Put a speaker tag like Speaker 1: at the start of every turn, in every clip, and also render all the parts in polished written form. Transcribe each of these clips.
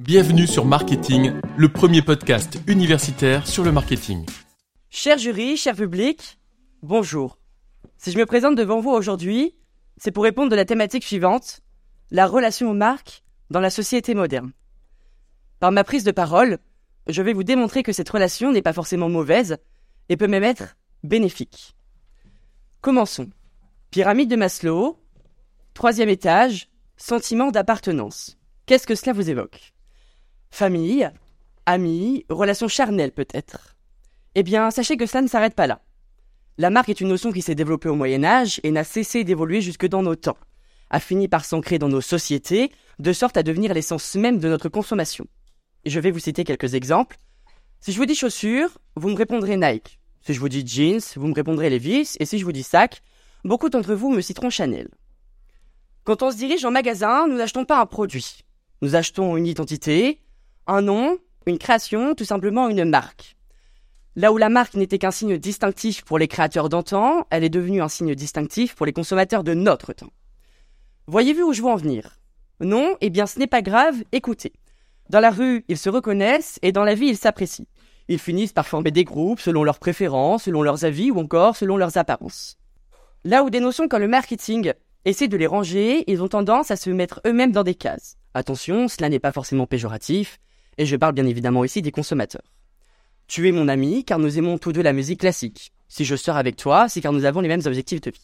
Speaker 1: Bienvenue sur Marketing, le premier podcast universitaire sur le marketing.
Speaker 2: Cher jury, cher public, bonjour. Si je me présente devant vous aujourd'hui, c'est pour répondre de la thématique suivante, la relation aux marques dans la société moderne. Par ma prise de parole, je vais vous démontrer que cette relation n'est pas forcément mauvaise et peut même être bénéfique. Commençons. Pyramide de Maslow, 3e étage, sentiment d'appartenance. Qu'est-ce que cela vous évoque ? Famille, amis, relations charnelles peut-être. Eh bien, sachez que cela ne s'arrête pas là. La marque est une notion qui s'est développée au Moyen-Âge et n'a cessé d'évoluer jusque dans nos temps, a fini par s'ancrer dans nos sociétés, de sorte à devenir l'essence même de notre consommation. Et je vais vous citer quelques exemples. Si je vous dis chaussures, vous me répondrez Nike. Si je vous dis jeans, vous me répondrez Levi's. Et si je vous dis sac, beaucoup d'entre vous me citeront Chanel. Quand on se dirige en magasin, nous n'achetons pas un produit. Nous achetons une identité, un nom, une création, tout simplement une marque. Là où la marque n'était qu'un signe distinctif pour les créateurs d'antan, elle est devenue un signe distinctif pour les consommateurs de notre temps. Voyez-vous où je veux en venir ? Non ? Eh bien ce n'est pas grave, écoutez. Dans la rue, ils se reconnaissent et dans la vie, ils s'apprécient. Ils finissent par former des groupes selon leurs préférences, selon leurs avis ou encore selon leurs apparences. Là où des notions comme le marketing essaient de les ranger, ils ont tendance à se mettre eux-mêmes dans des cases. Attention, cela n'est pas forcément péjoratif, et je parle bien évidemment ici des consommateurs. Tu es mon ami car nous aimons tous deux la musique classique. Si je sors avec toi, c'est car nous avons les mêmes objectifs de vie.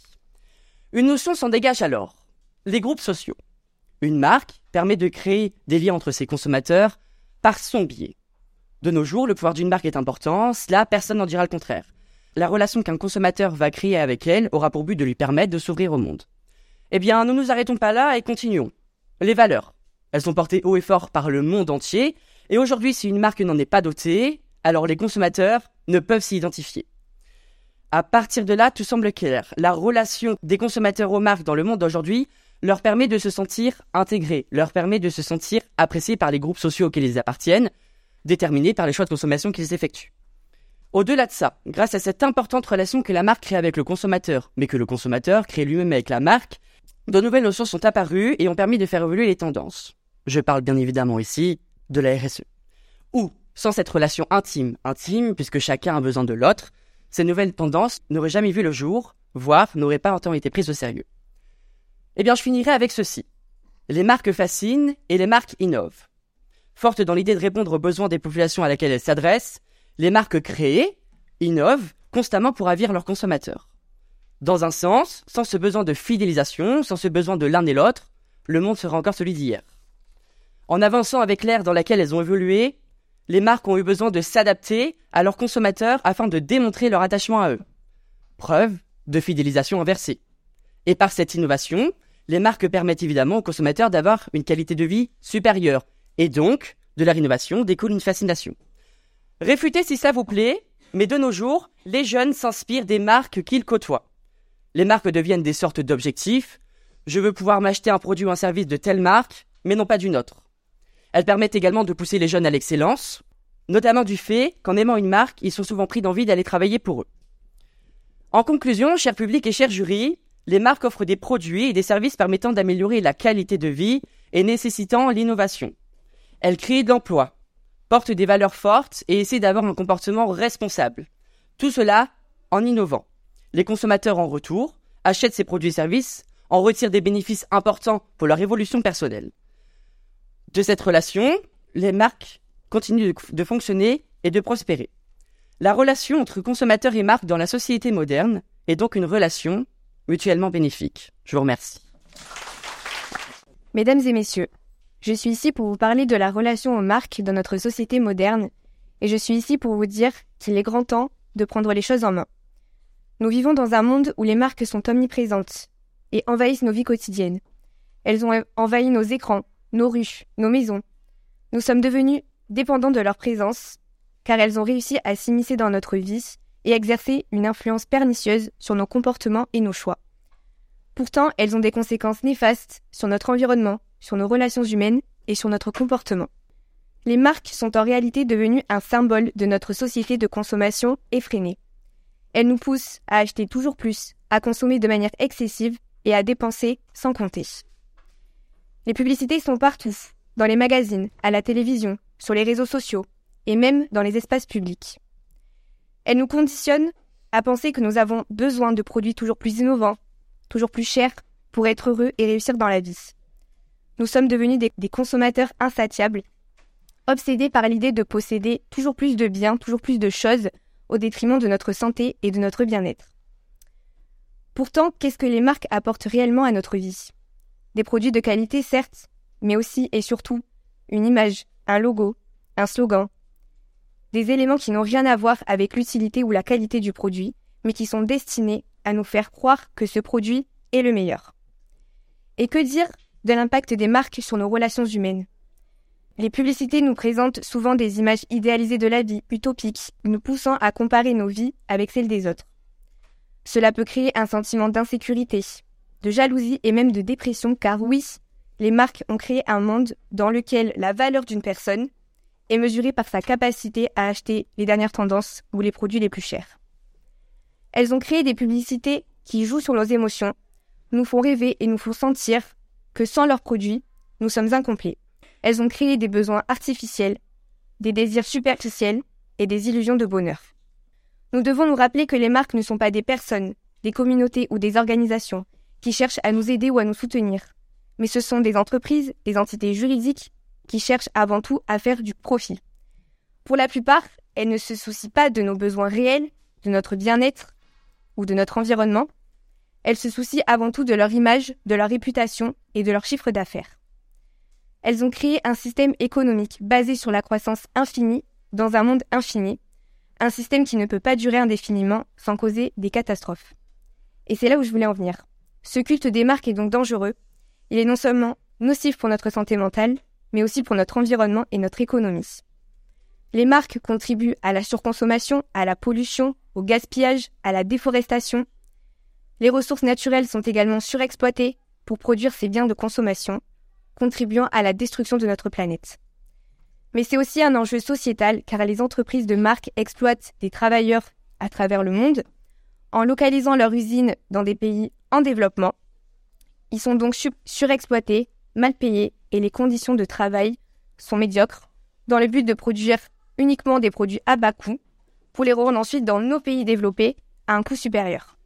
Speaker 2: Une notion s'en dégage alors. Les groupes sociaux. Une marque permet de créer des liens entre ses consommateurs par son biais. De nos jours, le pouvoir d'une marque est important, cela personne n'en dira le contraire. La relation qu'un consommateur va créer avec elle aura pour but de lui permettre de s'ouvrir au monde. Eh bien, ne nous arrêtons pas là et continuons. Les valeurs. Elles sont portées haut et fort par le monde entier, et aujourd'hui, si une marque n'en est pas dotée, alors les consommateurs ne peuvent s'y identifier. À partir de là, tout semble clair. La relation des consommateurs aux marques dans le monde d'aujourd'hui leur permet de se sentir intégrés, leur permet de se sentir appréciés par les groupes sociaux auxquels ils appartiennent, déterminés par les choix de consommation qu'ils effectuent. Au-delà de ça, grâce à cette importante relation que la marque crée avec le consommateur, mais que le consommateur crée lui-même avec la marque, de nouvelles notions sont apparues et ont permis de faire évoluer les tendances. Je parle bien évidemment ici de la RSE. Ou, sans cette relation intime puisque chacun a besoin de l'autre, ces nouvelles tendances n'auraient jamais vu le jour, voire n'auraient pas autant été prises au sérieux. Eh bien, je finirai avec ceci. Les marques fascinent et les marques innovent. Fortes dans l'idée de répondre aux besoins des populations à laquelle elles s'adressent, les marques créées innovent constamment pour ravir leurs consommateurs. Dans un sens, sans ce besoin de fidélisation, sans ce besoin de l'un et l'autre, le monde sera encore celui d'hier. En avançant avec l'ère dans laquelle elles ont évolué, les marques ont eu besoin de s'adapter à leurs consommateurs afin de démontrer leur attachement à eux. Preuve de fidélisation inversée. Et par cette innovation, les marques permettent évidemment aux consommateurs d'avoir une qualité de vie supérieure. Et donc, de leur innovation découle une fascination. Réfutez si ça vous plaît, mais de nos jours, les jeunes s'inspirent des marques qu'ils côtoient. Les marques deviennent des sortes d'objectifs. Je veux pouvoir m'acheter un produit ou un service de telle marque, mais non pas d'une autre. Elles permettent également de pousser les jeunes à l'excellence, notamment du fait qu'en aimant une marque, ils sont souvent pris d'envie d'aller travailler pour eux. En conclusion, cher public et cher jury, les marques offrent des produits et des services permettant d'améliorer la qualité de vie et nécessitant l'innovation. Elles créent de l'emploi, portent des valeurs fortes et essaient d'avoir un comportement responsable. Tout cela en innovant. Les consommateurs en retour achètent ces produits et services, en retirent des bénéfices importants pour leur évolution personnelle. De cette relation, les marques continuent de fonctionner et de prospérer. La relation entre consommateurs et marques dans la société moderne est donc une relation mutuellement bénéfique. Je vous remercie.
Speaker 3: Mesdames et messieurs, je suis ici pour vous parler de la relation aux marques dans notre société moderne et je suis ici pour vous dire qu'il est grand temps de prendre les choses en main. Nous vivons dans un monde où les marques sont omniprésentes et envahissent nos vies quotidiennes. Elles ont envahi nos écrans, nos rues, nos maisons. Nous sommes devenus dépendants de leur présence, car elles ont réussi à s'immiscer dans notre vie et exercer une influence pernicieuse sur nos comportements et nos choix. Pourtant, elles ont des conséquences néfastes sur notre environnement, sur nos relations humaines et sur notre comportement. Les marques sont en réalité devenues un symbole de notre société de consommation effrénée. Elles nous poussent à acheter toujours plus, à consommer de manière excessive et à dépenser sans compter. Les publicités sont partout. dans les magazines, à la télévision, sur les réseaux sociaux et même dans les espaces publics. Elles nous conditionnent à penser que nous avons besoin de produits toujours plus innovants, toujours plus chers pour être heureux et réussir dans la vie. Nous sommes devenus des consommateurs insatiables, obsédés par l'idée de posséder toujours plus de biens, toujours plus de choses, au détriment de notre santé et de notre bien-être. Pourtant, qu'est-ce que les marques apportent réellement à notre vie ? Des produits de qualité, certes, mais aussi et surtout une image, un logo, un slogan. Des éléments qui n'ont rien à voir avec l'utilité ou la qualité du produit, mais qui sont destinés à nous faire croire que ce produit est le meilleur. Et que dire de l'impact des marques sur nos relations humaines ? Les publicités nous présentent souvent des images idéalisées de la vie, utopiques, nous poussant à comparer nos vies avec celles des autres. Cela peut créer un sentiment d'insécurité, de jalousie et même de dépression, car oui, les marques ont créé un monde dans lequel la valeur d'une personne est mesurée par sa capacité à acheter les dernières tendances ou les produits les plus chers. Elles ont créé des publicités qui jouent sur nos émotions, nous font rêver et nous font sentir que sans leurs produits, nous sommes incomplets. Elles ont créé des besoins artificiels, des désirs superficiels et des illusions de bonheur. Nous devons nous rappeler que les marques ne sont pas des personnes, des communautés ou des organisations qui cherchent à nous aider ou à nous soutenir, mais ce sont des entreprises, des entités juridiques qui cherchent avant tout à faire du profit. Pour la plupart, elles ne se soucient pas de nos besoins réels, de notre bien-être ou de notre environnement. Elles se soucient avant tout de leur image, de leur réputation et de leur chiffre d'affaires. Elles ont créé un système économique basé sur la croissance infinie dans un monde infini, un système qui ne peut pas durer indéfiniment sans causer des catastrophes. Et c'est là où je voulais en venir. Ce culte des marques est donc dangereux. Il est non seulement nocif pour notre santé mentale, mais aussi pour notre environnement et notre économie. Les marques contribuent à la surconsommation, à la pollution, au gaspillage, à la déforestation. Les ressources naturelles sont également surexploitées pour produire ces biens de consommation, contribuant à la destruction de notre planète. Mais c'est aussi un enjeu sociétal car les entreprises de marque exploitent des travailleurs à travers le monde en localisant leurs usines dans des pays en développement. Ils sont donc surexploités, mal payés et les conditions de travail sont médiocres dans le but de produire uniquement des produits à bas coût pour les revendre ensuite dans nos pays développés à un coût supérieur.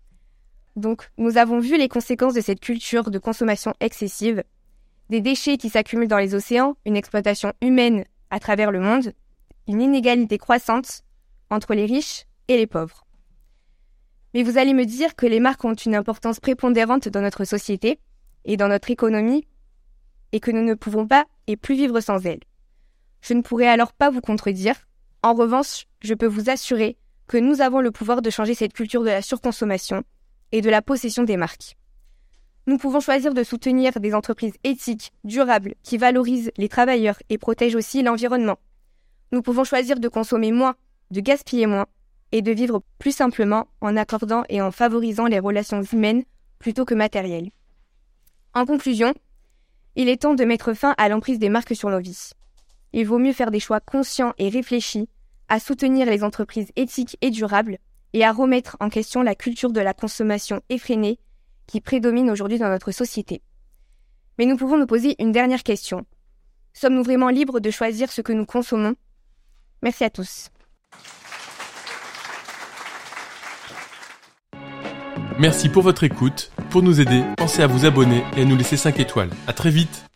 Speaker 3: Donc nous avons vu les conséquences de cette culture de consommation excessive, des déchets qui s'accumulent dans les océans, une exploitation humaine à travers le monde, une inégalité croissante entre les riches et les pauvres. Mais vous allez me dire que les marques ont une importance prépondérante dans notre société et dans notre économie et que nous ne pouvons pas et plus vivre sans elles. Je ne pourrai alors pas vous contredire. En revanche, je peux vous assurer que nous avons le pouvoir de changer cette culture de la surconsommation et de la possession des marques. Nous pouvons choisir de soutenir des entreprises éthiques, durables, qui valorisent les travailleurs et protègent aussi l'environnement. Nous pouvons choisir de consommer moins, de gaspiller moins et de vivre plus simplement en accordant et en favorisant les relations humaines plutôt que matérielles. En conclusion, il est temps de mettre fin à l'emprise des marques sur nos vies. Il vaut mieux faire des choix conscients et réfléchis à soutenir les entreprises éthiques et durables et à remettre en question la culture de la consommation effrénée qui prédomine aujourd'hui dans notre société. Mais nous pouvons nous poser une dernière question. Sommes-nous vraiment libres de choisir ce que nous consommons ? Merci à tous.
Speaker 1: Merci pour votre écoute. Pour nous aider, pensez à vous abonner et à nous laisser 5 étoiles. À très vite.